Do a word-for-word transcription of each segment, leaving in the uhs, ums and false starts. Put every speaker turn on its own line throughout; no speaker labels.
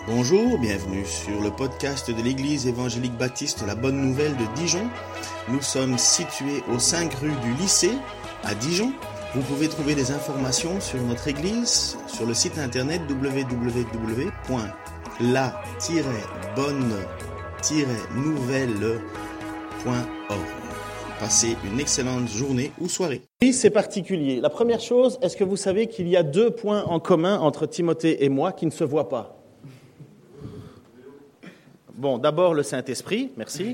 Bonjour, bienvenue sur le podcast de l'Église évangélique baptiste La Bonne Nouvelle de Dijon. Nous sommes situés aux cinq rues du lycée à Dijon. Vous pouvez trouver des informations sur notre Église sur le site internet w w w point la tiret bonne tiret nouvelle point org. Passez une excellente journée ou soirée.
Oui, c'est particulier. La première chose, est-ce que vous savez qu'il y a deux points en commun entre Timothée et moi qui ne se voient pas ? Bon, d'abord le Saint-Esprit, merci.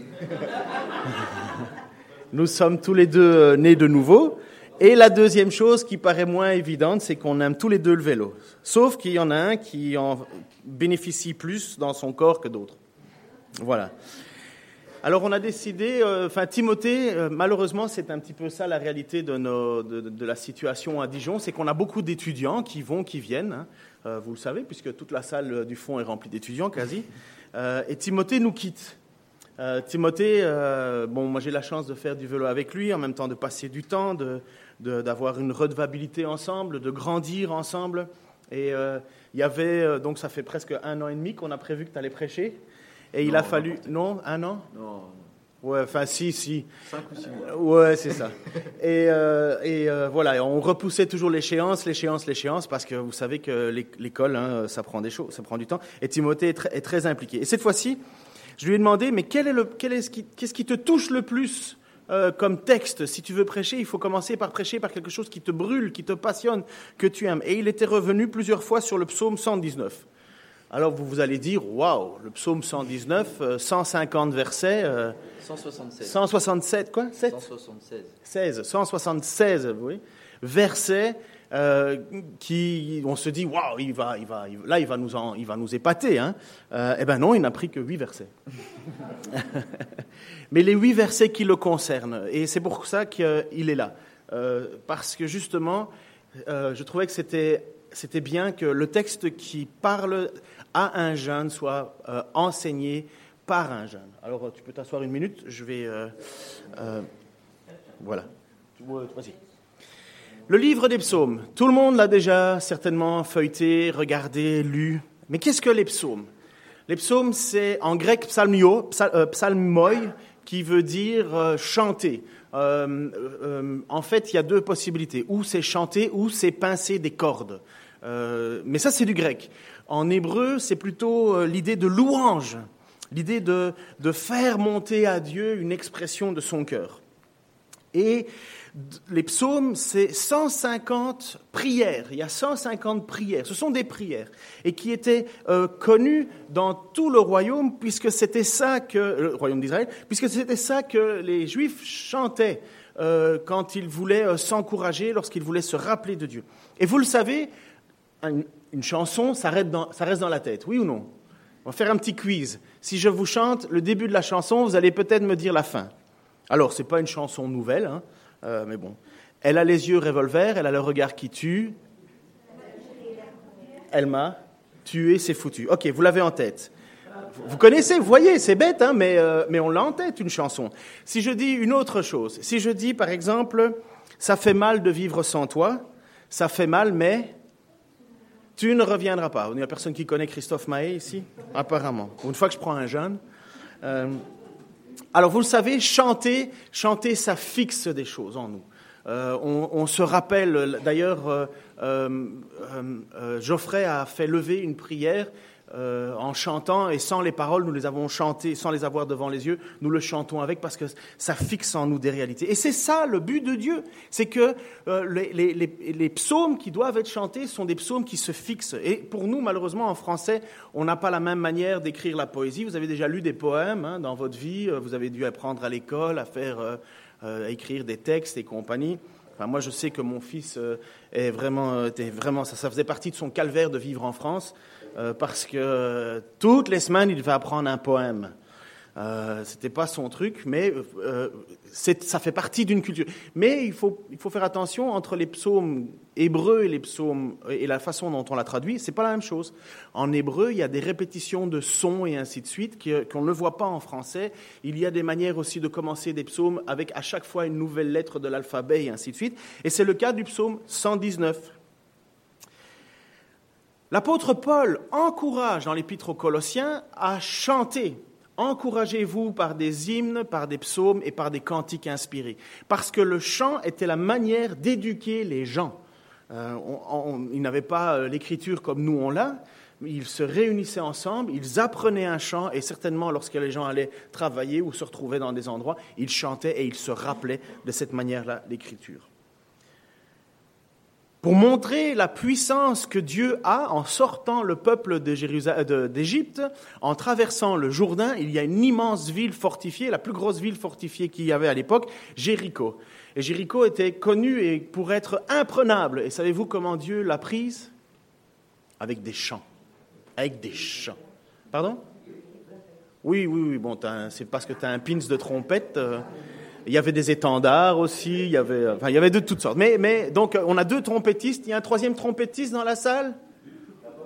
Nous sommes tous les deux nés de nouveau. Et la deuxième chose qui paraît moins évidente, c'est qu'on aime tous les deux le vélo. Sauf qu'il y en a un qui en bénéficie plus dans son corps que d'autres. Voilà. Alors on a décidé, euh, enfin Timothée, euh, malheureusement c'est un petit peu ça la réalité de, nos, de, de la situation à Dijon, c'est qu'on a beaucoup d'étudiants qui vont, qui viennent, hein, euh, vous le savez, puisque toute la salle du fond est remplie d'étudiants quasi, euh, et Timothée nous quitte. Euh, Timothée, euh, bon moi j'ai la chance de faire du vélo avec lui, en même temps de passer du temps, de, de, d'avoir une redevabilité ensemble, de grandir ensemble, et euh, il y avait, euh, donc ça fait presque un an et demi qu'on a prévu que tu allais prêcher. Et il
non,
a fallu... Non, un an ?
Non.
Ouais, enfin, si, si.
Cinq ou six mois.
Ouais, c'est ça. Et, euh, et euh, voilà, on repoussait toujours l'échéance, l'échéance, l'échéance, parce que vous savez que l'école, hein, ça prend des choses, ça prend du temps. Et Timothée est très, est très impliqué. Et cette fois-ci, je lui ai demandé, mais quel est le, quel est ce qui, qu'est-ce qui te touche le plus euh, comme texte ? Si tu veux prêcher, il faut commencer par prêcher par quelque chose qui te brûle, qui te passionne, que tu aimes. Et il était revenu plusieurs fois sur le psaume cent dix-neuf. Alors vous vous allez dire, waouh, le psaume cent dix-neuf, euh, cent cinquante versets. Euh,
cent soixante-sept.
cent soixante-sept, quoi sept
cent soixante-seize.
seize, cent soixante-seize, oui. Versets euh, qui, on se dit, waouh, il va, il va, il, là il va nous, en, il va nous épater. Hein. Euh, eh ben non, il n'a pris que huit versets. Mais les huit versets qui le concernent, et c'est pour ça qu'il est là, euh, parce que justement, euh, je trouvais que c'était, c'était bien que le texte qui parle à un jeune soit euh, enseigné par un jeune. Alors, tu peux t'asseoir une minute, je vais... Euh, euh, voilà. Vas-y. Le livre des psaumes, tout le monde l'a déjà certainement feuilleté, regardé, lu. Mais qu'est-ce que les psaumes ? Les psaumes, c'est en grec psalmio, psal, euh, psalmoi, qui veut dire euh, chanter. Euh, euh, en fait, il y a deux possibilités. Ou c'est chanter, ou c'est pincer des cordes. Euh, mais ça, c'est du grec. En hébreu, c'est plutôt euh, l'idée de louange, l'idée de, de faire monter à Dieu une expression de son cœur. Et les psaumes, c'est cent cinquante prières. Il y a cent cinquante prières. Ce sont des prières et qui étaient euh, connues dans tout le royaume, puisque c'était ça que le royaume d'Israël, puisque c'était ça que les Juifs chantaient euh, quand ils voulaient euh, s'encourager, lorsqu'ils voulaient se rappeler de Dieu. Et vous le savez, une, une chanson, ça reste, dans, ça reste dans la tête, oui ou non ? On va faire un petit quiz. Si je vous chante le début de la chanson, vous allez peut-être me dire la fin. Alors, ce n'est pas une chanson nouvelle, hein, euh, mais bon. Elle a les yeux revolver, elle a le regard qui tue. Elle m'a tué, c'est foutu. Ok, vous l'avez en tête. Vous connaissez, vous voyez, c'est bête, hein, mais, euh, mais on l'a en tête, une chanson. Si je dis une autre chose, si je dis, par exemple, « Ça fait mal de vivre sans toi », ça fait mal, mais... Tu ne reviendras pas. Il n'y a personne qui connaît Christophe Maé ici ? Apparemment. Une fois que je prends un jeune. Euh, alors, vous le savez, chanter, chanter, ça fixe des choses en nous. Euh, on, on se rappelle, d'ailleurs, euh, euh, euh, Geoffrey a fait lever une prière euh, en chantant, et sans les paroles, nous les avons chantées, sans les avoir devant les yeux, nous le chantons avec, parce que ça fixe en nous des réalités. Et c'est ça le but de Dieu, c'est que euh, les, les, les, les psaumes qui doivent être chantés sont des psaumes qui se fixent. Et pour nous, malheureusement, en français, on n'a pas la même manière d'écrire la poésie. Vous avez déjà lu des poèmes hein, dans votre vie, vous avez dû apprendre à l'école à faire, euh, euh, à écrire des textes et compagnie. Enfin, moi, je sais que mon fils euh, est vraiment, était vraiment, ça, ça faisait partie de son calvaire de vivre en France. Euh, parce que euh, toutes les semaines, il devait apprendre un poème. Euh, c'était pas son truc, mais euh, c'est, ça fait partie d'une culture. Mais il faut, il faut faire attention entre les psaumes hébreux et les psaumes et la façon dont on l'a traduit, c'est pas la même chose. En hébreu, il y a des répétitions de sons et ainsi de suite qui, qu'on ne le voit pas en français. Il y a des manières aussi de commencer des psaumes avec à chaque fois une nouvelle lettre de l'alphabet et ainsi de suite. Et c'est le cas du psaume cent dix-neuf. L'apôtre Paul encourage dans l'Épître aux Colossiens à chanter. Encouragez-vous par des hymnes, par des psaumes et par des cantiques inspirés. Parce que le chant était la manière d'éduquer les gens. Euh, on, on, ils n'avaient pas l'écriture comme nous on l'a. Ils se réunissaient ensemble, ils apprenaient un chant et certainement lorsque les gens allaient travailler ou se retrouvaient dans des endroits, ils chantaient et ils se rappelaient de cette manière-là l'écriture. Pour montrer la puissance que Dieu a en sortant le peuple de Jérusalem, de, d'Égypte, en traversant le Jourdain, il y a une immense ville fortifiée, la plus grosse ville fortifiée qu'il y avait à l'époque, Jéricho. Et Jéricho était connue pour être imprenable. Et savez-vous comment Dieu l'a prise ? Avec des chants. Avec des chants. Pardon ? Oui, oui, oui. Bon, t'as un, c'est parce que tu as un pins de trompette. Euh, il y avait des étendards aussi. Il y avait, enfin, il y avait de toutes sortes. Mais, mais donc, on a deux trompettistes. Il y a un troisième trompettiste dans la salle ? Officiel ?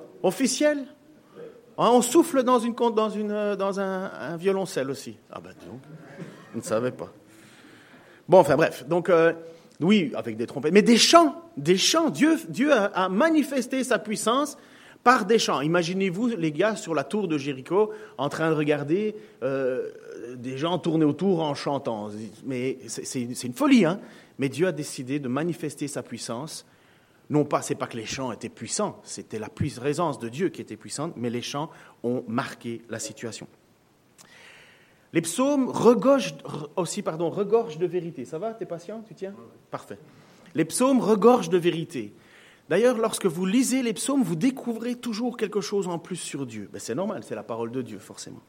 Hein, on souffle dans, une, dans, une, dans un, un violoncelle aussi. Ah ben donc, je ne savais pas. Bon, enfin bref. Donc, euh, oui, avec des trompettes. Mais des chants. Des chants. Dieu, Dieu a, a manifesté sa puissance par des chants. Imaginez-vous les gars sur la tour de Jéricho en train de regarder euh, des gens tourner autour en chantant. Mais c'est, c'est, c'est une folie, hein. Mais Dieu a décidé de manifester sa puissance. Non pas, c'est pas que les chants étaient puissants, c'était la présence de Dieu qui était puissante, mais les chants ont marqué la situation. Les psaumes regorgent aussi, pardon, regorgent de vérité. Ça va, t'es patient, tu tiens ? Parfait. Les psaumes regorgent de vérité. D'ailleurs, lorsque vous lisez les psaumes, vous découvrez toujours quelque chose en plus sur Dieu. Ben, c'est normal, c'est la parole de Dieu, forcément.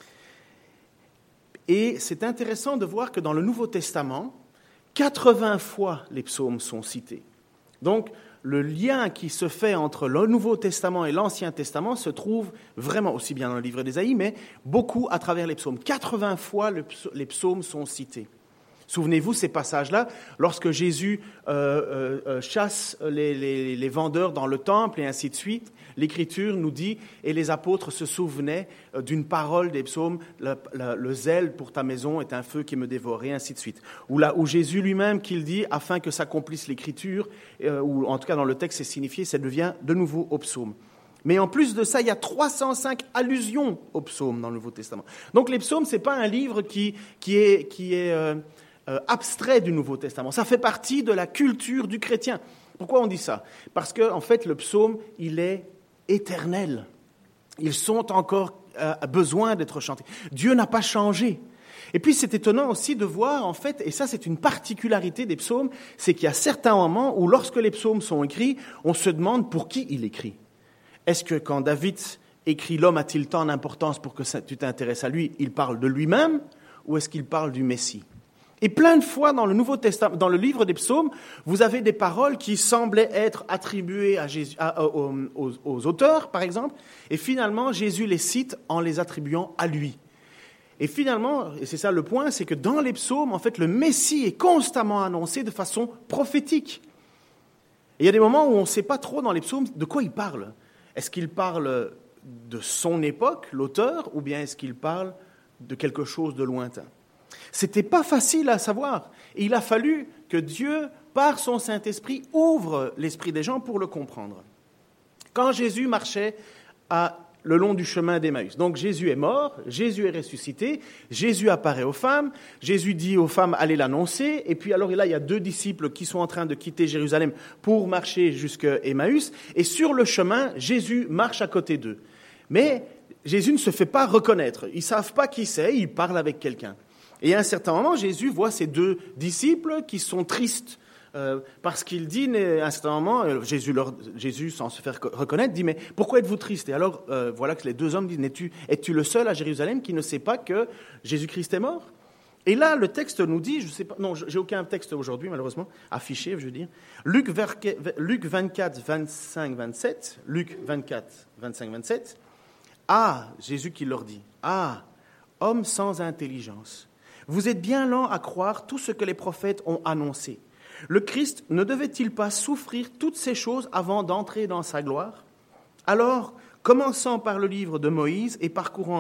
Et c'est intéressant de voir que dans le Nouveau Testament, quatre-vingts fois les psaumes sont cités. Donc, le lien qui se fait entre le Nouveau Testament et l'Ancien Testament se trouve vraiment aussi bien dans le livre d'Ésaïe, mais beaucoup à travers les psaumes. quatre-vingts fois les psaumes sont cités. Souvenez-vous ces passages-là, lorsque Jésus euh, euh, chasse les, les, les vendeurs dans le temple et ainsi de suite, l'Écriture nous dit, et les apôtres se souvenaient d'une parole des psaumes, le, le, le zèle pour ta maison est un feu qui me dévore, et ainsi de suite. Ou là où Jésus lui-même qu'il dit, afin que s'accomplisse l'Écriture, euh, ou en tout cas dans le texte c'est signifié, ça devient de nouveau au psaume. Mais en plus de ça, il y a trois cent cinq allusions aux psaumes dans le Nouveau Testament. Donc les psaumes, ce n'est pas un livre qui, qui est... Qui est euh, Euh, abstrait du Nouveau Testament. Ça fait partie de la culture du chrétien. Pourquoi on dit ça ? Parce que, en fait, le psaume, il est éternel. Ils sont encore euh, besoin d'être chantés. Dieu n'a pas changé. Et puis, c'est étonnant aussi de voir, en fait, et ça, c'est une particularité des psaumes, c'est qu'il y a certains moments où, lorsque les psaumes sont écrits, on se demande pour qui il écrit. Est-ce que quand David écrit « L'homme a-t-il tant d'importance pour que ça, tu t'intéresses à lui », il parle de lui-même, ou est-ce qu'il parle du Messie ? Et plein de fois dans le Nouveau Testament, dans le livre des psaumes, vous avez des paroles qui semblaient être attribuées à Jésus, à, aux, aux, aux auteurs, par exemple, et finalement Jésus les cite en les attribuant à lui. Et finalement, et c'est ça le point, c'est que dans les psaumes, en fait, le Messie est constamment annoncé de façon prophétique. Et il y a des moments où on ne sait pas trop dans les psaumes de quoi il parle. Est-ce qu'il parle de son époque, l'auteur, ou bien est-ce qu'il parle de quelque chose de lointain ? C'était pas facile à savoir. Et il a fallu que Dieu, par son Saint-Esprit, ouvre l'esprit des gens pour le comprendre. Quand Jésus marchait à, le long du chemin d'Emmaüs, donc Jésus est mort, Jésus est ressuscité, Jésus apparaît aux femmes, Jésus dit aux femmes, allez l'annoncer, et puis alors là, il y a deux disciples qui sont en train de quitter Jérusalem pour marcher jusqu'à Emmaüs, et sur le chemin, Jésus marche à côté d'eux. Mais Jésus ne se fait pas reconnaître. Ils ne savent pas qui c'est, il parle avec quelqu'un. Et à un certain moment, Jésus voit ces deux disciples qui sont tristes euh, parce qu'il dit, à un certain moment, Jésus, leur, Jésus sans se faire reconnaître, dit « Mais pourquoi êtes-vous tristes ?» Et alors, euh, voilà que les deux hommes disent « Es-tu, es-tu le seul à Jérusalem qui ne sait pas que Jésus-Christ est mort ?» Et là, le texte nous dit, je sais pas, non, j'ai aucun texte aujourd'hui, malheureusement, affiché, je veux dire, Luc vingt-quatre, vingt-cinq, vingt-sept, Luc vingt-quatre, vingt-cinq, vingt-sept, « Ah, Jésus qui leur dit, ah, homme sans intelligence, vous êtes bien lents à croire tout ce que les prophètes ont annoncé. Le Christ ne devait-il pas souffrir toutes ces choses avant d'entrer dans sa gloire ? Alors, commençant par le livre de Moïse et parcourant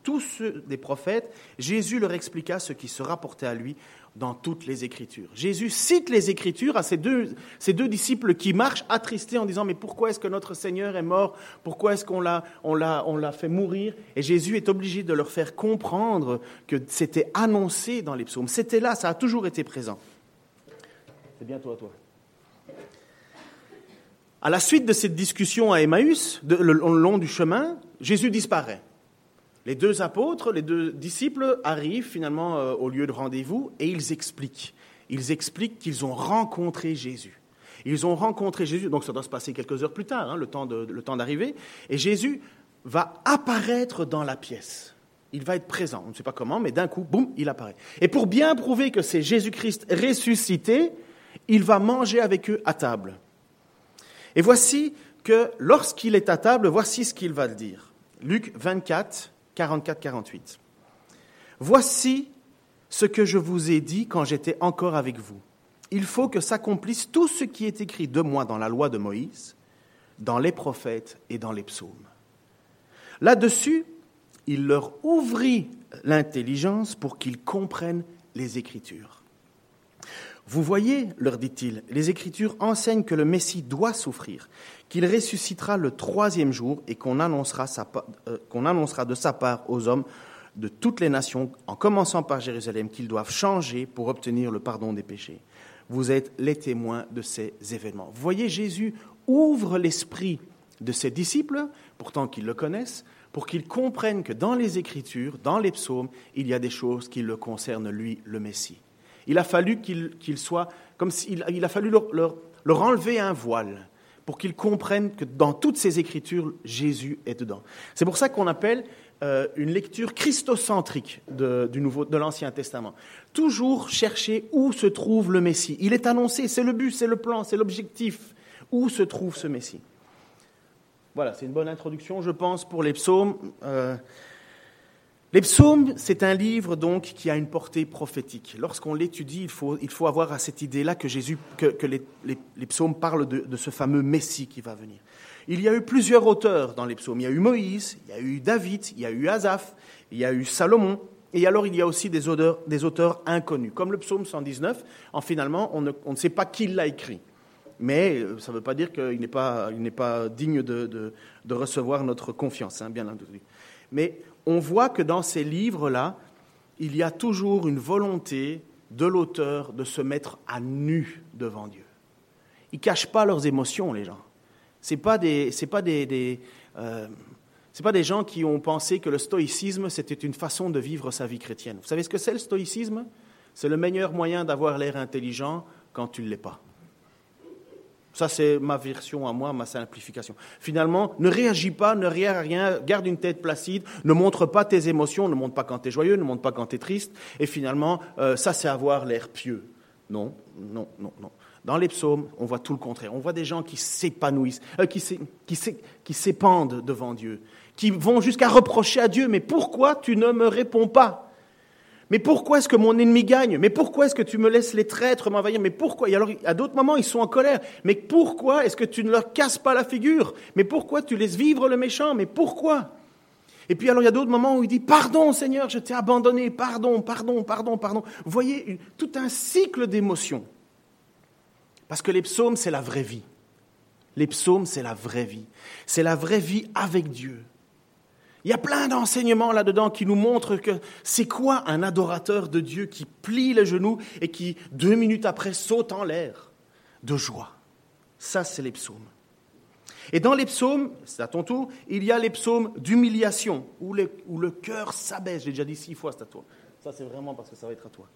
tous ceux des prophètes, Jésus leur expliqua ce qui se rapportait à lui dans toutes les Écritures. Jésus cite les Écritures à ces deux, ces deux disciples qui marchent attristés en disant « Mais pourquoi est-ce que notre Seigneur est mort? Pourquoi est-ce qu'on l'a, on l'a, on l'a fait mourir ?» Et Jésus est obligé de leur faire comprendre que c'était annoncé dans les psaumes. C'était là, ça a toujours été présent. C'est bien toi, toi. À la suite de cette discussion à Emmaüs, de, le, le long du chemin, Jésus disparaît. Les deux apôtres, les deux disciples arrivent finalement euh, au lieu de rendez-vous et ils expliquent. Ils expliquent qu'ils ont rencontré Jésus. Ils ont rencontré Jésus, donc ça doit se passer quelques heures plus tard, hein, le temps de, le temps d'arriver. Et Jésus va apparaître dans la pièce. Il va être présent, on ne sait pas comment, mais d'un coup, boum, il apparaît. Et pour bien prouver que c'est Jésus-Christ ressuscité, il va manger avec eux à table. Et voici que lorsqu'il est à table, voici ce qu'il va dire. Luc vingt-quatre, quarante-quatre quarante-huit. « Voici ce que je vous ai dit quand j'étais encore avec vous. Il faut que s'accomplisse tout ce qui est écrit de moi dans la loi de Moïse, dans les prophètes et dans les psaumes. » Là-dessus, il leur ouvrit l'intelligence pour qu'ils comprennent les Écritures. « Vous voyez, leur dit-il, les Écritures enseignent que le Messie doit souffrir, qu'il ressuscitera le troisième jour et qu'on annoncera, sa, euh, qu'on annoncera de sa part aux hommes de toutes les nations, en commençant par Jérusalem, qu'ils doivent changer pour obtenir le pardon des péchés. Vous êtes les témoins de ces événements. » Vous voyez, Jésus ouvre l'esprit de ses disciples, pourtant qu'ils le connaissent, pour qu'ils comprennent que dans les Écritures, dans les psaumes, il y a des choses qui le concernent, lui, le Messie. Il a fallu qu'il, qu'il soit, comme s'il, il a fallu leur, leur, leur enlever un voile pour qu'ils comprennent que dans toutes ces Écritures, Jésus est dedans. C'est pour ça qu'on appelle euh, une lecture christocentrique de, du Nouveau, de l'Ancien Testament. Toujours chercher où se trouve le Messie. Il est annoncé, c'est le but, c'est le plan, c'est l'objectif. Où se trouve ce Messie? Voilà, c'est une bonne introduction, je pense, pour les psaumes. Euh, Les psaumes, c'est un livre donc qui a une portée prophétique. Lorsqu'on l'étudie, il faut, il faut avoir à cette idée-là que, Jésus, que, que les, les, les psaumes parlent de, de ce fameux Messie qui va venir. Il y a eu plusieurs auteurs dans les psaumes. Il y a eu Moïse, il y a eu David, il y a eu Asaph, il y a eu Salomon. Et alors il y a aussi des auteurs, des auteurs inconnus, comme le psaume cent dix-neuf. En finalement, on ne, on ne sait pas qui l'a écrit. Mais ça ne veut pas dire qu'il n'est pas, il n'est pas digne de, de, de recevoir notre confiance, hein, bien entendu. Mais on voit que dans ces livres-là, il y a toujours une volonté de l'auteur de se mettre à nu devant Dieu. Ils ne cachent pas leurs émotions, les gens. Ce n'est pas des, c'est pas des, des, euh, c'est pas des gens qui ont pensé que le stoïcisme, c'était une façon de vivre sa vie chrétienne. Vous savez ce que c'est le stoïcisme? C'est le meilleur moyen d'avoir l'air intelligent quand tu ne l'es pas. Ça, c'est ma version à moi, ma simplification. Finalement, ne réagis pas, ne réagis à rien, garde une tête placide, ne montre pas tes émotions, ne montre pas quand tu es joyeux, ne montre pas quand tu es triste. Et finalement, euh, ça, c'est avoir l'air pieux. Non, non, non, non. Dans les psaumes, on voit tout le contraire. On voit des gens qui s'épanouissent, euh, qui, s'é, qui, s'é, qui s'épandent devant Dieu, qui vont jusqu'à reprocher à Dieu, mais pourquoi tu ne me réponds pas ? Mais pourquoi est-ce que mon ennemi gagne? Mais pourquoi est-ce que tu me laisses les traîtres m'envahir? Mais pourquoi? Et alors, à d'autres moments, ils sont en colère. Mais pourquoi est-ce que tu ne leur casses pas la figure? Mais pourquoi tu laisses vivre le méchant? Mais pourquoi? Et puis alors, il y a d'autres moments où il dit « Pardon, Seigneur, je t'ai abandonné. Pardon, pardon, pardon, pardon. » Vous voyez, une, tout un cycle d'émotions. Parce que les psaumes, c'est la vraie vie. Les psaumes, c'est la vraie vie. C'est la vraie vie avec Dieu. Il y a plein d'enseignements là-dedans qui nous montrent que c'est quoi un adorateur de Dieu qui plie les genoux et qui, deux minutes après, saute en l'air de joie. Ça, c'est les psaumes. Et dans les psaumes, c'est à ton tour, il y a les psaumes d'humiliation, où, les, où le cœur s'abaisse. J'ai déjà dit six fois, c'est à toi. Ça, c'est vraiment parce que ça va être à toi.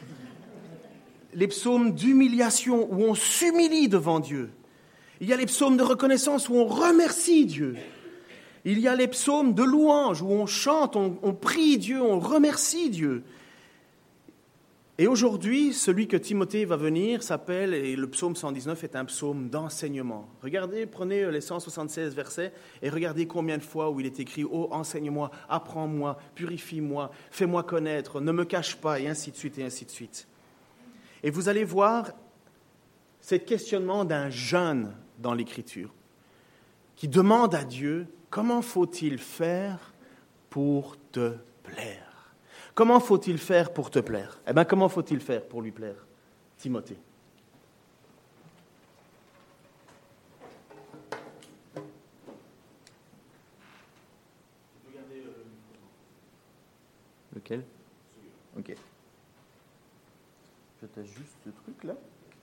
Les psaumes d'humiliation, où on s'humilie devant Dieu. Il y a les psaumes de reconnaissance, où on remercie Dieu. Il y a les psaumes de louange où on chante, on, on prie Dieu, on remercie Dieu. Et aujourd'hui, celui que Timothée va venir s'appelle, et le psaume cent dix-neuf est un psaume d'enseignement. Regardez, prenez les cent soixante-seize versets et regardez combien de fois où il est écrit « Oh, enseigne-moi, apprends-moi, purifie-moi, fais-moi connaître, ne me cache pas » et ainsi de suite et ainsi de suite. Et vous allez voir ce questionnement d'un jeune dans l'Écriture qui demande à Dieu comment faut-il faire pour te plaire. Comment faut-il faire pour te plaire? Eh bien, comment faut-il faire pour lui plaire? Timothée.
Lequel? Ok.
Je t'ajuste ce truc-là.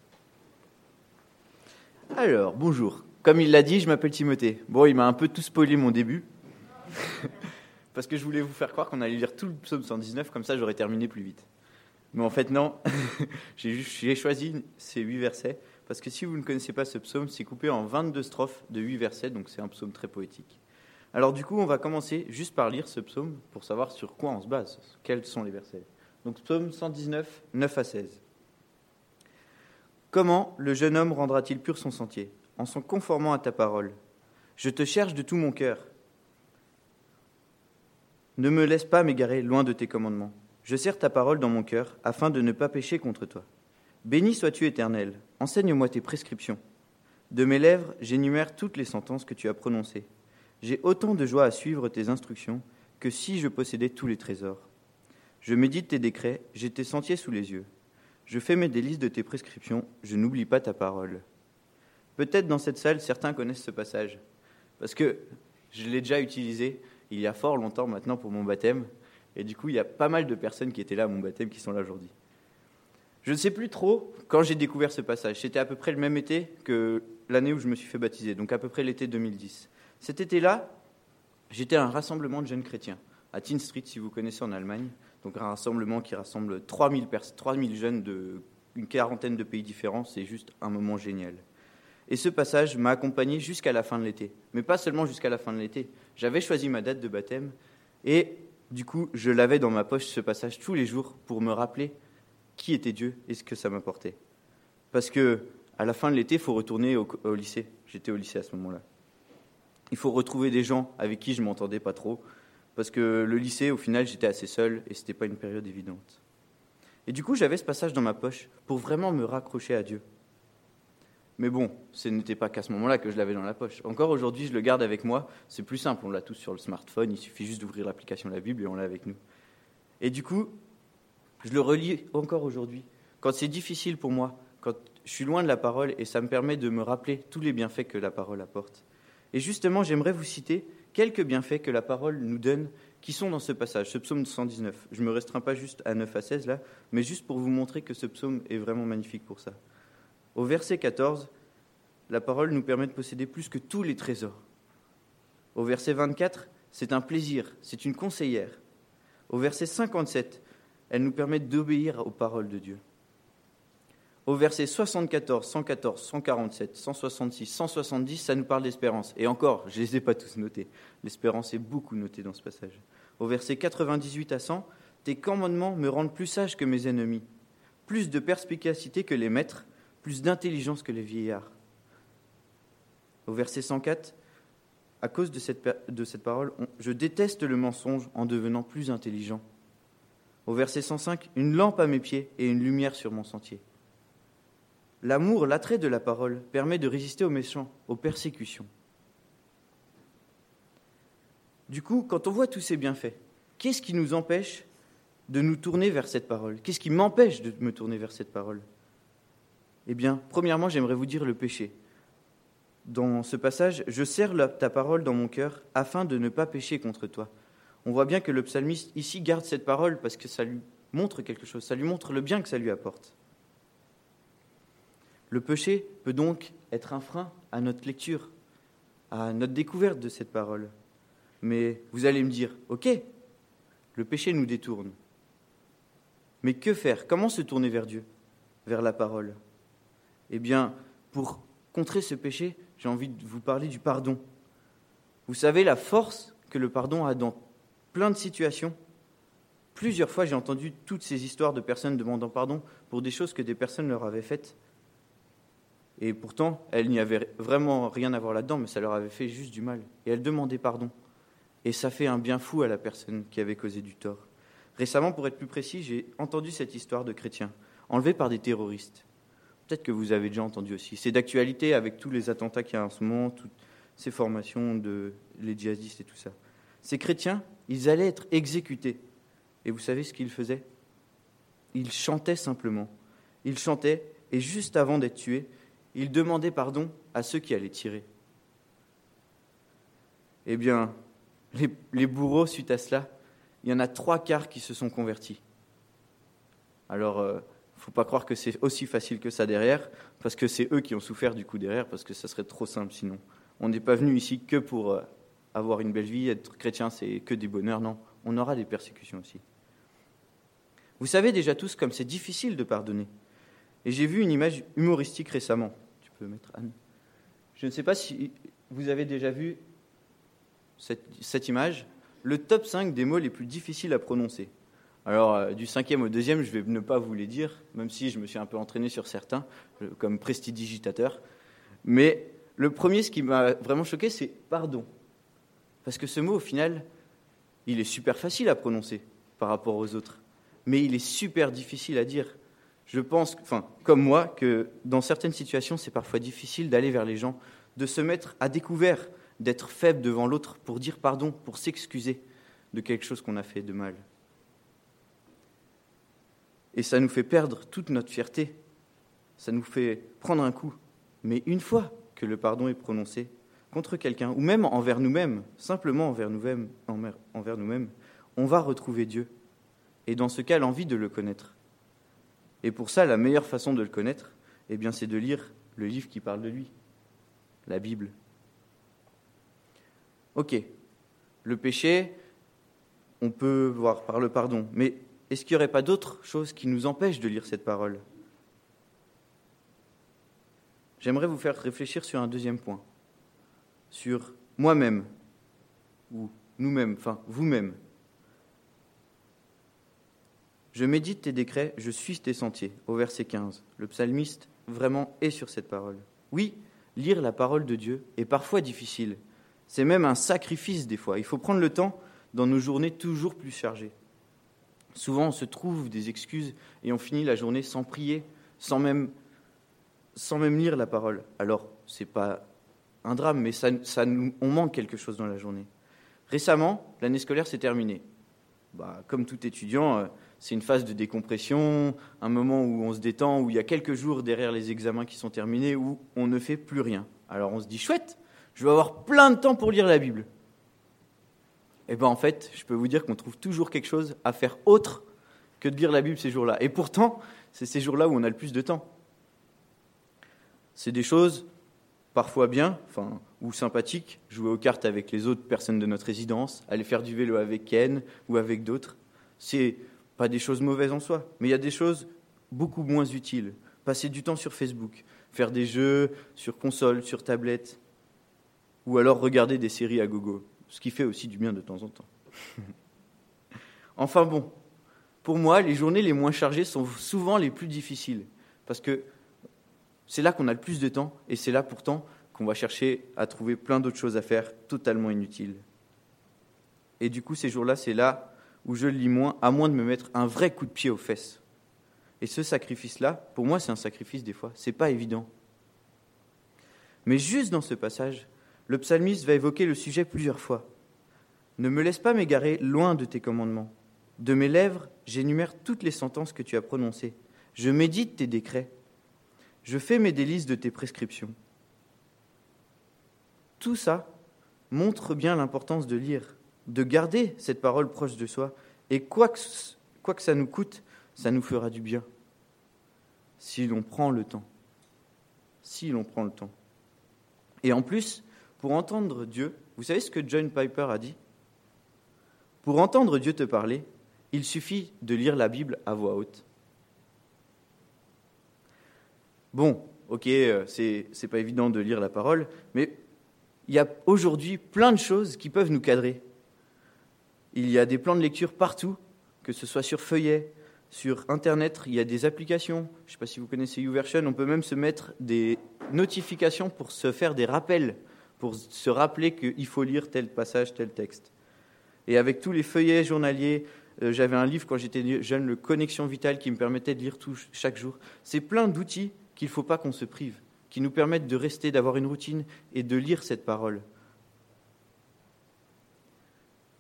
Alors, bonjour. Comme il l'a dit, je m'appelle Timothée. Bon, il m'a un peu tout spoilé mon début. Parce que je voulais vous faire croire qu'on allait lire tout le psaume cent dix-neuf, comme ça j'aurais terminé plus vite. Mais en fait, non. j'ai, juste, j'ai choisi ces huit versets, parce que si vous ne connaissez pas ce psaume, c'est coupé en vingt-deux strophes de huit versets, donc c'est un psaume très poétique. Alors du coup, on va commencer juste par lire ce psaume, pour savoir sur quoi on se base, quels sont les versets. Donc psaume cent dix-neuf, neuf à seize. Comment le jeune homme rendra-t-il pur son sentier? En s'en conformant à ta parole. Je te cherche de tout mon cœur. Ne me laisse pas m'égarer loin de tes commandements. Je serre ta parole dans mon cœur, afin de ne pas pécher contre toi. Béni sois-tu, Éternel, enseigne-moi tes prescriptions. De mes lèvres, j'énumère toutes les sentences que tu as prononcées. J'ai autant de joie à suivre tes instructions que si je possédais tous les trésors. Je médite tes décrets, j'ai tes sentiers sous les yeux. Je fais mes délices de tes prescriptions, je n'oublie pas ta parole. Peut-être dans cette salle, certains connaissent ce passage, parce que je l'ai déjà utilisé il y a fort longtemps maintenant pour mon baptême, et du coup, il y a pas mal de personnes qui étaient là à mon baptême qui sont là aujourd'hui. Je ne sais plus trop quand j'ai découvert ce passage. C'était à peu près le même été que l'année où je me suis fait baptiser, donc à peu près l'été deux mille dix. Cet été-là, j'étais à un rassemblement de jeunes chrétiens, à Teen Street, si vous connaissez en Allemagne, donc un rassemblement qui rassemble trois mille, pers- trois mille jeunes d'une quarantaine de pays différents, c'est juste un moment génial. Et ce passage m'a accompagné jusqu'à la fin de l'été. Mais pas seulement jusqu'à la fin de l'été. J'avais choisi ma date de baptême et du coup, je l'avais dans ma poche, ce passage, tous les jours pour me rappeler qui était Dieu et ce que ça m'apportait. Parce que à la fin de l'été, il faut retourner au, au lycée. J'étais au lycée à ce moment-là. Il faut retrouver des gens avec qui je ne m'entendais pas trop. Parce que le lycée, au final, j'étais assez seul et ce n'était pas une période évidente. Et du coup, j'avais ce passage dans ma poche pour vraiment me raccrocher à Dieu. Mais bon, ce n'était pas qu'à ce moment-là que je l'avais dans la poche. Encore aujourd'hui, je le garde avec moi. C'est plus simple, on l'a tous sur le smartphone. Il suffit juste d'ouvrir l'application de la Bible et on l'a avec nous. Et du coup, je le relis encore aujourd'hui. Quand c'est difficile pour moi, quand je suis loin de la parole, et ça me permet de me rappeler tous les bienfaits que la parole apporte. Et justement, j'aimerais vous citer quelques bienfaits que la parole nous donne, qui sont dans ce passage, ce psaume cent dix-neuf. Je ne me restreins pas juste à neuf à seize là, mais juste pour vous montrer que ce psaume est vraiment magnifique pour ça. Au verset quatorze, la parole nous permet de posséder plus que tous les trésors. Au verset vingt-quatre, c'est un plaisir, c'est une conseillère. Au verset cinquante-sept, elle nous permet d'obéir aux paroles de Dieu. Au verset soixante-quatorze, cent quatorze, cent quarante-sept, cent soixante-six, cent soixante-dix, ça nous parle d'espérance. Et encore, je ne les ai pas tous notés. L'espérance est beaucoup notée dans ce passage. Au verset quatre-vingt-dix-huit à cent, tes commandements me rendent plus sage que mes ennemis, plus de perspicacité que les maîtres, plus d'intelligence que les vieillards. Au verset cent quatre, à cause de cette, de cette parole, on, je déteste le mensonge en devenant plus intelligent. Au verset cent cinq, une lampe à mes pieds et une lumière sur mon sentier. L'amour, l'attrait de la parole, permet de résister aux méchants, aux persécutions. Du coup, quand on voit tous ces bienfaits, qu'est-ce qui nous empêche de nous tourner vers cette parole? Qu'est-ce qui m'empêche de me tourner vers cette parole? Eh bien, premièrement, j'aimerais vous dire le péché. Dans ce passage, je serre la, ta parole dans mon cœur afin de ne pas pécher contre toi. On voit bien que le psalmiste ici garde cette parole parce que ça lui montre quelque chose, ça lui montre le bien que ça lui apporte. Le péché peut donc être un frein à notre lecture, à notre découverte de cette parole. Mais vous allez me dire, ok, le péché nous détourne. Mais que faire? Comment se tourner vers Dieu, vers la parole? Eh bien, pour contrer ce péché, j'ai envie de vous parler du pardon. Vous savez la force que le pardon a dans plein de situations. Plusieurs fois, j'ai entendu toutes ces histoires de personnes demandant pardon pour des choses que des personnes leur avaient faites. Et pourtant, elles n'y avaient vraiment rien à voir là-dedans, mais ça leur avait fait juste du mal. Et elles demandaient pardon. Et ça fait un bien fou à la personne qui avait causé du tort. Récemment, pour être plus précis, j'ai entendu cette histoire de chrétiens enlevés par des terroristes. Peut-être que vous avez déjà entendu aussi. C'est d'actualité avec tous les attentats qu'il y a en ce moment, toutes ces formations de les djihadistes et tout ça. Ces chrétiens, ils allaient être exécutés. Et vous savez ce qu'ils faisaient ? Ils chantaient simplement. Ils chantaient, et juste avant d'être tués, ils demandaient pardon à ceux qui allaient tirer. Eh bien, les, les bourreaux, suite à cela, il y en a trois quarts qui se sont convertis. Alors, il euh, ne faut pas croire que c'est aussi facile que ça derrière, parce que c'est eux qui ont souffert du coup derrière, parce que ça serait trop simple sinon. On n'est pas venu ici que pour euh, avoir une belle vie, être chrétien, c'est que du bonheur, non. On aura des persécutions aussi. Vous savez déjà tous comme c'est difficile de pardonner. Et j'ai vu une image humoristique récemment. Tu peux mettre Anne. Je ne sais pas si vous avez déjà vu cette, cette image. Le top cinq des mots les plus difficiles à prononcer. Alors, euh, du cinquième au deuxième, je vais ne pas vous les dire, même si je me suis un peu entraîné sur certains, euh, comme prestidigitateur. Mais le premier, ce qui m'a vraiment choqué, c'est « pardon ». Parce que ce mot, au final, il est super facile à prononcer par rapport aux autres. Mais il est super difficile à dire. Je pense, enfin, comme moi, que dans certaines situations, c'est parfois difficile d'aller vers les gens, de se mettre à découvert, d'être faible devant l'autre pour dire pardon, pour s'excuser de quelque chose qu'on a fait de mal. Et ça nous fait perdre toute notre fierté. Ça nous fait prendre un coup. Mais une fois que le pardon est prononcé contre quelqu'un, ou même envers nous-mêmes, simplement envers nous-mêmes, envers nous-mêmes, on va retrouver Dieu. Et dans ce cas, l'envie de le connaître. Et pour ça, la meilleure façon de le connaître, eh bien, c'est de lire le livre qui parle de lui, la Bible. Ok, le péché, on peut voir par le pardon, mais est-ce qu'il n'y aurait pas d'autres choses qui nous empêchent de lire cette parole ? J'aimerais vous faire réfléchir sur un deuxième point, sur moi-même, ou nous-mêmes, enfin vous-même. Je médite tes décrets, je suis tes sentiers, au verset quinze. Le psalmiste vraiment est sur cette parole. Oui, lire la parole de Dieu est parfois difficile. C'est même un sacrifice des fois. Il faut prendre le temps dans nos journées toujours plus chargées. Souvent, on se trouve des excuses et on finit la journée sans prier, sans même, sans même lire la parole. Alors, ce n'est pas un drame, mais ça, ça nous, on manque quelque chose dans la journée. Récemment, l'année scolaire s'est terminée. Bah, comme tout étudiant, c'est une phase de décompression, un moment où on se détend, où il y a quelques jours derrière les examens qui sont terminés, où on ne fait plus rien. Alors on se dit, chouette, je vais avoir plein de temps pour lire la Bible. Et bien en fait, je peux vous dire qu'on trouve toujours quelque chose à faire autre que de lire la Bible ces jours-là. Et pourtant, c'est ces jours-là où on a le plus de temps. C'est des choses parfois bien, enfin, ou sympathiques, jouer aux cartes avec les autres personnes de notre résidence, aller faire du vélo avec Ken ou avec d'autres. C'est pas des choses mauvaises en soi, mais il y a des choses beaucoup moins utiles. Passer du temps sur Facebook, faire des jeux sur console, sur tablette, ou alors regarder des séries à gogo, ce qui fait aussi du bien de temps en temps. Enfin bon, pour moi, les journées les moins chargées sont souvent les plus difficiles, parce que c'est là qu'on a le plus de temps, et c'est là pourtant qu'on va chercher à trouver plein d'autres choses à faire totalement inutiles. Et du coup, ces jours-là, c'est là où je lis moins, à moins de me mettre un vrai coup de pied aux fesses. Et ce sacrifice-là, pour moi, c'est un sacrifice des fois, c'est pas évident. Mais juste dans ce passage, le psalmiste va évoquer le sujet plusieurs fois. Ne me laisse pas m'égarer loin de tes commandements. De mes lèvres, j'énumère toutes les sentences que tu as prononcées. Je médite tes décrets. Je fais mes délices de tes prescriptions. Tout ça montre bien l'importance de lire, de garder cette parole proche de soi. Et quoi que, quoi que ça nous coûte, ça nous fera du bien. Si l'on prend le temps. Si l'on prend le temps. Et en plus, pour entendre Dieu, vous savez ce que John Piper a dit ? Pour entendre Dieu te parler, il suffit de lire la Bible à voix haute. Bon, ok, c'est, c'est pas évident de lire la parole, mais il y a aujourd'hui plein de choses qui peuvent nous cadrer. Il y a des plans de lecture partout, que ce soit sur feuillet, sur Internet, il y a des applications. Je ne sais pas si vous connaissez YouVersion, on peut même se mettre des notifications pour se faire des rappels, pour se rappeler qu'il faut lire tel passage, tel texte. Et avec tous les feuillets journaliers, euh, j'avais un livre quand j'étais jeune, le Connexion Vitale, qui me permettait de lire tout, chaque jour. C'est plein d'outils qu'il ne faut pas qu'on se prive, qui nous permettent de rester, d'avoir une routine et de lire cette parole.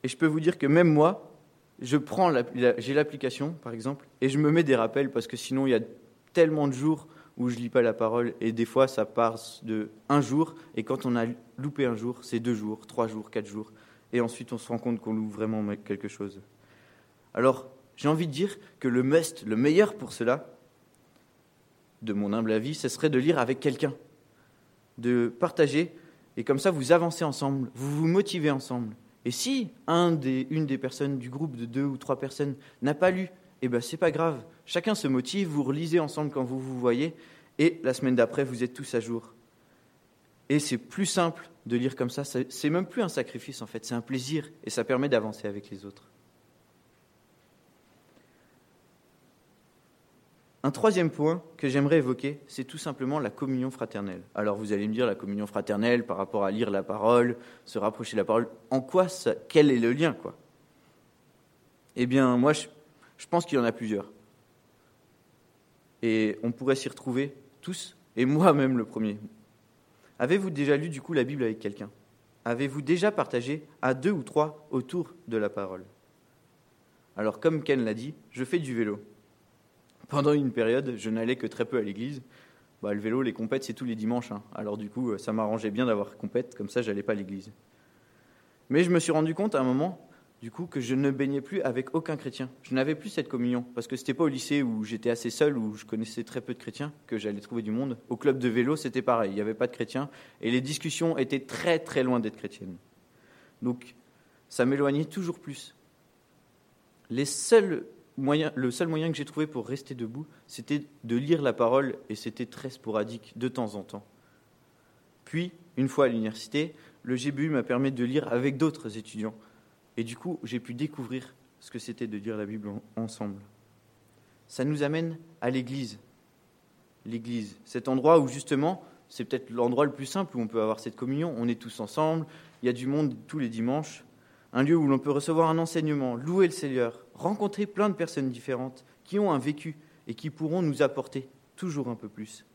Et je peux vous dire que même moi, je prends la, la, j'ai l'application, par exemple, et je me mets des rappels, parce que sinon, il y a tellement de jours où je lis pas la parole, et des fois, ça passe de un jour, et quand on a loupé un jour, c'est deux jours, trois jours, quatre jours, et ensuite, on se rend compte qu'on loupe vraiment quelque chose. Alors, j'ai envie de dire que le must, le meilleur pour cela, de mon humble avis, ce serait de lire avec quelqu'un, de partager, et comme ça, vous avancez ensemble, vous vous motivez ensemble. Et si un des, une des personnes du groupe de deux ou trois personnes n'a pas lu, eh ben c'est pas grave. Chacun se motive, vous relisez ensemble quand vous vous voyez, et la semaine d'après, vous êtes tous à jour. Et c'est plus simple de lire comme ça. C'est même plus un sacrifice, en fait. C'est un plaisir, et ça permet d'avancer avec les autres. Un troisième point que j'aimerais évoquer, c'est tout simplement la communion fraternelle. Alors vous allez me dire, la communion fraternelle par rapport à lire la parole, se rapprocher de la parole, en quoi ça, quel est le lien, quoi ? Eh bien, moi, je, je pense qu'il y en a plusieurs. Et on pourrait s'y retrouver tous, et moi-même le premier. Avez-vous déjà lu du coup la Bible avec quelqu'un ? Avez-vous déjà partagé à deux ou trois autour de la parole ? Alors comme Ken l'a dit, je fais du vélo. Pendant une période, je n'allais que très peu à l'église. Bah, le vélo, les compètes, c'est tous les dimanches. Hein. Alors du coup, ça m'arrangeait bien d'avoir compète, comme ça, je n'allais pas à l'église. Mais je me suis rendu compte à un moment, du coup, que je ne baignais plus avec aucun chrétien. Je n'avais plus cette communion, parce que c'était pas au lycée où j'étais assez seul, où je connaissais très peu de chrétiens, que j'allais trouver du monde. Au club de vélo, c'était pareil, il n'y avait pas de chrétiens, et les discussions étaient très très loin d'être chrétiennes. Donc, ça m'éloignait toujours plus. Les seuls moyen, le seul moyen que j'ai trouvé pour rester debout, c'était de lire la parole, et c'était très sporadique, de temps en temps. Puis, une fois à l'université, le G B U m'a permis de lire avec d'autres étudiants. Et du coup, j'ai pu découvrir ce que c'était de lire la Bible ensemble. Ça nous amène à l'église. L'église, cet endroit où justement, c'est peut-être l'endroit le plus simple où on peut avoir cette communion. On est tous ensemble, il y a du monde tous les dimanches. Un lieu où l'on peut recevoir un enseignement, louer le Seigneur, rencontrer plein de personnes différentes qui ont un vécu et qui pourront nous apporter toujours un peu plus.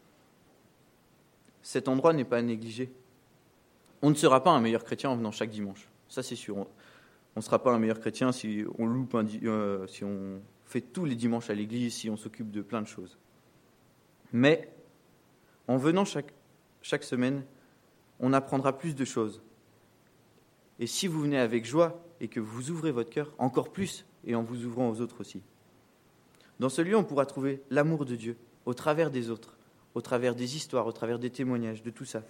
Cet endroit n'est pas à négliger. On ne sera pas un meilleur chrétien en venant chaque dimanche. Ça, c'est sûr. On ne sera pas un meilleur chrétien si on loupe un, euh, si on fait tous les dimanches à l'église, si on s'occupe de plein de choses. Mais en venant chaque, chaque semaine, on apprendra plus de choses. Et si vous venez avec joie et que vous ouvrez votre cœur, encore plus, et en vous ouvrant aux autres aussi. Dans ce lieu, on pourra trouver l'amour de Dieu au travers des autres, au travers des histoires, au travers des témoignages, de tout ça.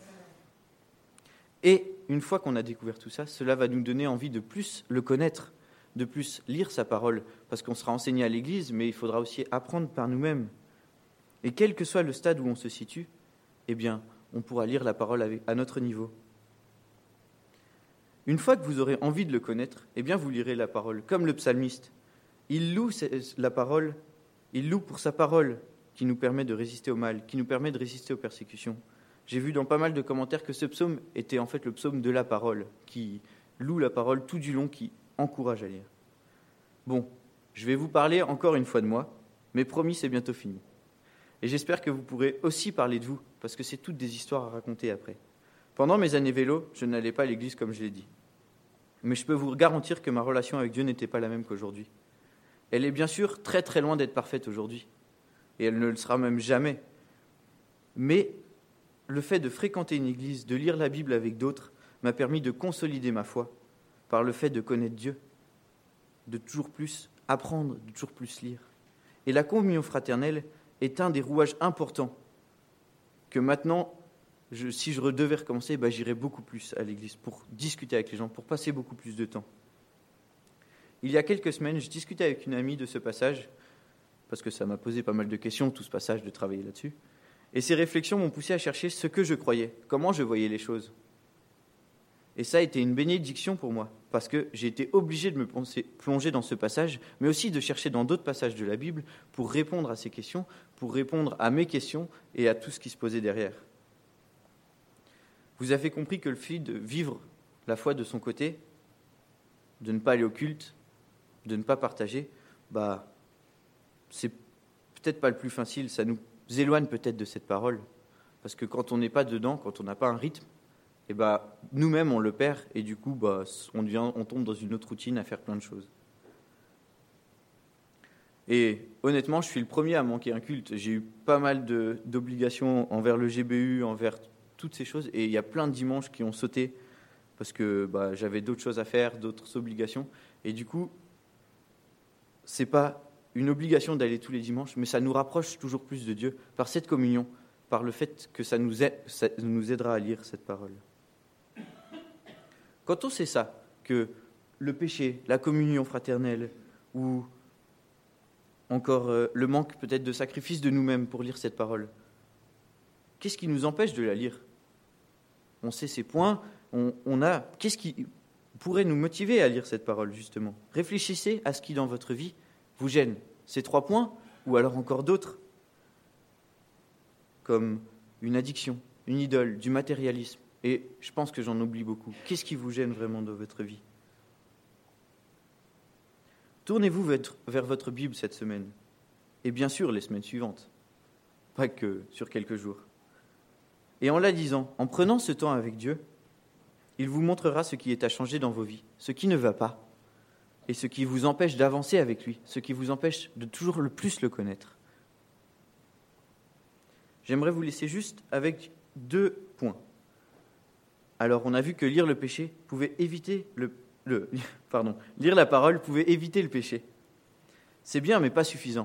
Et une fois qu'on a découvert tout ça, cela va nous donner envie de plus le connaître, de plus lire sa parole, parce qu'on sera enseigné à l'église, mais il faudra aussi apprendre par nous-mêmes. Et quel que soit le stade où on se situe, eh bien, on pourra lire la parole avec, à notre niveau. Une fois que vous aurez envie de le connaître, eh bien, vous lirez la parole, comme le psalmiste. Il loue la parole, il loue pour sa parole, qui nous permet de résister au mal, qui nous permet de résister aux persécutions. J'ai vu dans pas mal de commentaires que ce psaume était en fait le psaume de la parole, qui loue la parole tout du long, qui encourage à lire. Bon, je vais vous parler encore une fois de moi, mais promis, c'est bientôt fini. Et j'espère que vous pourrez aussi parler de vous, parce que c'est toutes des histoires à raconter après. Pendant mes années vélo, je n'allais pas à l'église comme je l'ai dit. Mais je peux vous garantir que ma relation avec Dieu n'était pas la même qu'aujourd'hui. Elle est bien sûr très très loin d'être parfaite aujourd'hui. Et elle ne le sera même jamais. Mais le fait de fréquenter une église, de lire la Bible avec d'autres, m'a permis de consolider ma foi par le fait de connaître Dieu, de toujours plus apprendre, de toujours plus lire. Et la communion fraternelle est un des rouages importants que maintenant, je, si je devais recommencer, bah, j'irais beaucoup plus à l'église pour discuter avec les gens, pour passer beaucoup plus de temps. Il y a quelques semaines, je discutais avec une amie de ce passage, parce que ça m'a posé pas mal de questions, tout ce passage, de travailler là-dessus. Et ces réflexions m'ont poussé à chercher ce que je croyais, comment je voyais les choses. Et ça a été une bénédiction pour moi, parce que j'ai été obligé de me plonger dans ce passage, mais aussi de chercher dans d'autres passages de la Bible pour répondre à ces questions, pour répondre à mes questions et à tout ce qui se posait derrière. Vous avez compris que le fait de vivre la foi de son côté, de ne pas aller au culte, de ne pas partager, bah, c'est peut-être pas le plus facile, ça nous éloigne peut-être de cette parole, parce que quand on n'est pas dedans, quand on n'a pas un rythme, et bah, nous-mêmes, on le perd, et du coup, bah, on, devient, on tombe dans une autre routine à faire plein de choses. Et honnêtement, je suis le premier à manquer un culte. J'ai eu pas mal de, d'obligations envers le G B U, envers toutes ces choses, et il y a plein de dimanches qui ont sauté parce que bah, j'avais d'autres choses à faire, d'autres obligations. Et du coup, c'est pas une obligation d'aller tous les dimanches, mais ça nous rapproche toujours plus de Dieu par cette communion, par le fait que ça nous, aide, ça nous aidera à lire cette parole. Quand on sait ça, que le péché, la communion fraternelle, ou encore euh, le manque peut-être de sacrifice de nous-mêmes pour lire cette parole, qu'est-ce qui nous empêche de la lire ? On sait ces points, on, on a... Qu'est-ce qui pourrait nous motiver à lire cette parole, justement ? Réfléchissez à ce qui, dans votre vie, vous gêne. Ces trois points, ou alors encore d'autres, comme une addiction, une idole, du matérialisme. Et je pense que j'en oublie beaucoup. Qu'est-ce qui vous gêne vraiment dans votre vie ? Tournez-vous vers votre Bible cette semaine. Et bien sûr, les semaines suivantes. Pas que sur quelques jours. Et en la lisant, en prenant ce temps avec Dieu, il vous montrera ce qui est à changer dans vos vies, ce qui ne va pas, et ce qui vous empêche d'avancer avec lui, ce qui vous empêche de toujours le plus le connaître. J'aimerais vous laisser juste avec deux points. Alors, on a vu que lire le péché pouvait éviter le, le pardon, lire la parole pouvait éviter le péché. C'est bien, mais pas suffisant.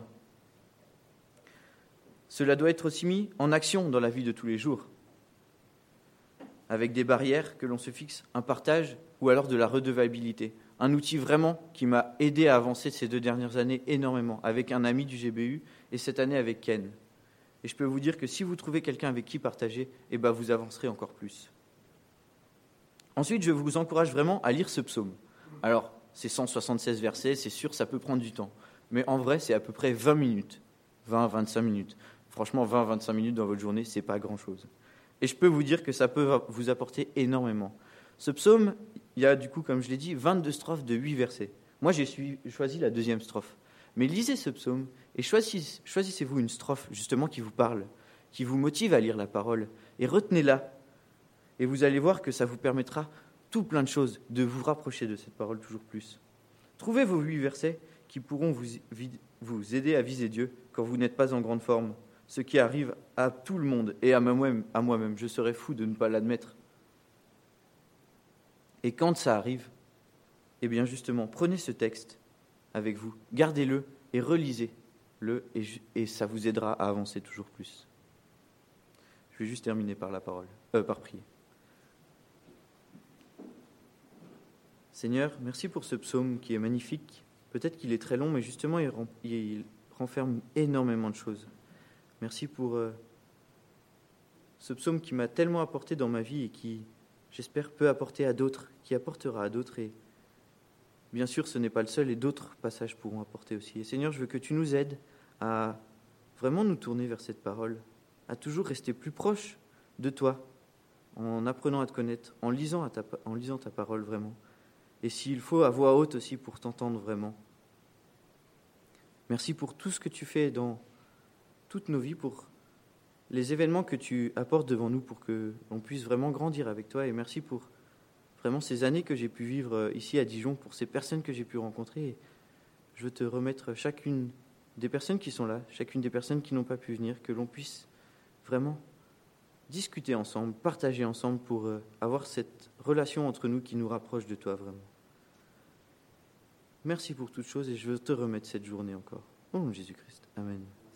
Cela doit être aussi mis en action dans la vie de tous les jours, avec des barrières que l'on se fixe, un partage ou alors de la redevabilité. Un outil vraiment qui m'a aidé à avancer ces deux dernières années énormément, avec un ami du G B U et cette année avec Ken. Et je peux vous dire que si vous trouvez quelqu'un avec qui partager, eh ben vous avancerez encore plus. Ensuite, je vous encourage vraiment à lire ce psaume. Alors, c'est cent soixante-seize versets, c'est sûr, ça peut prendre du temps. Mais en vrai, c'est à peu près vingt minutes, vingt à vingt-cinq minutes. Franchement, vingt à vingt-cinq minutes dans votre journée, c'est pas grand-chose. Et je peux vous dire que ça peut vous apporter énormément. Ce psaume, il y a du coup, comme je l'ai dit, vingt-deux strophes de huit versets. Moi, j'ai choisi la deuxième strophe. Mais lisez ce psaume et choisissez, choisissez-vous une strophe justement qui vous parle, qui vous motive à lire la parole, et retenez-la. Et vous allez voir que ça vous permettra tout plein de choses, de vous rapprocher de cette parole toujours plus. Trouvez vos huit versets qui pourront vous, vous aider à viser Dieu quand vous n'êtes pas en grande forme, ce qui arrive à tout le monde et à moi-même. À moi-même. Je serais fou de ne pas l'admettre. Et quand ça arrive, eh bien justement, prenez ce texte avec vous, gardez-le et relisez-le, et, et ça vous aidera à avancer toujours plus. Je vais juste terminer par la parole, euh, par prier. Seigneur, merci pour ce psaume qui est magnifique. Peut-être qu'il est très long, mais justement, il, rem, il renferme énormément de choses. Merci pour euh, ce psaume qui m'a tellement apporté dans ma vie et qui, j'espère, peut apporter à d'autres, qui apportera à d'autres. Et bien sûr, ce n'est pas le seul et d'autres passages pourront apporter aussi. Et Seigneur, je veux que tu nous aides à vraiment nous tourner vers cette parole, à toujours rester plus proche de toi, en apprenant à te connaître, en lisant, à ta, en lisant ta parole vraiment. Et s'il faut, à voix haute aussi pour t'entendre vraiment. Merci pour tout ce que tu fais dans toutes nos vies, pour les événements que tu apportes devant nous pour que l'on puisse vraiment grandir avec toi. Et merci pour vraiment ces années que j'ai pu vivre ici à Dijon, pour ces personnes que j'ai pu rencontrer. Et je veux te remettre chacune des personnes qui sont là, chacune des personnes qui n'ont pas pu venir, que l'on puisse vraiment discuter ensemble, partager ensemble pour avoir cette relation entre nous qui nous rapproche de toi vraiment. Merci pour toutes choses et je veux te remettre cette journée encore. Au nom de Jésus-Christ. Amen.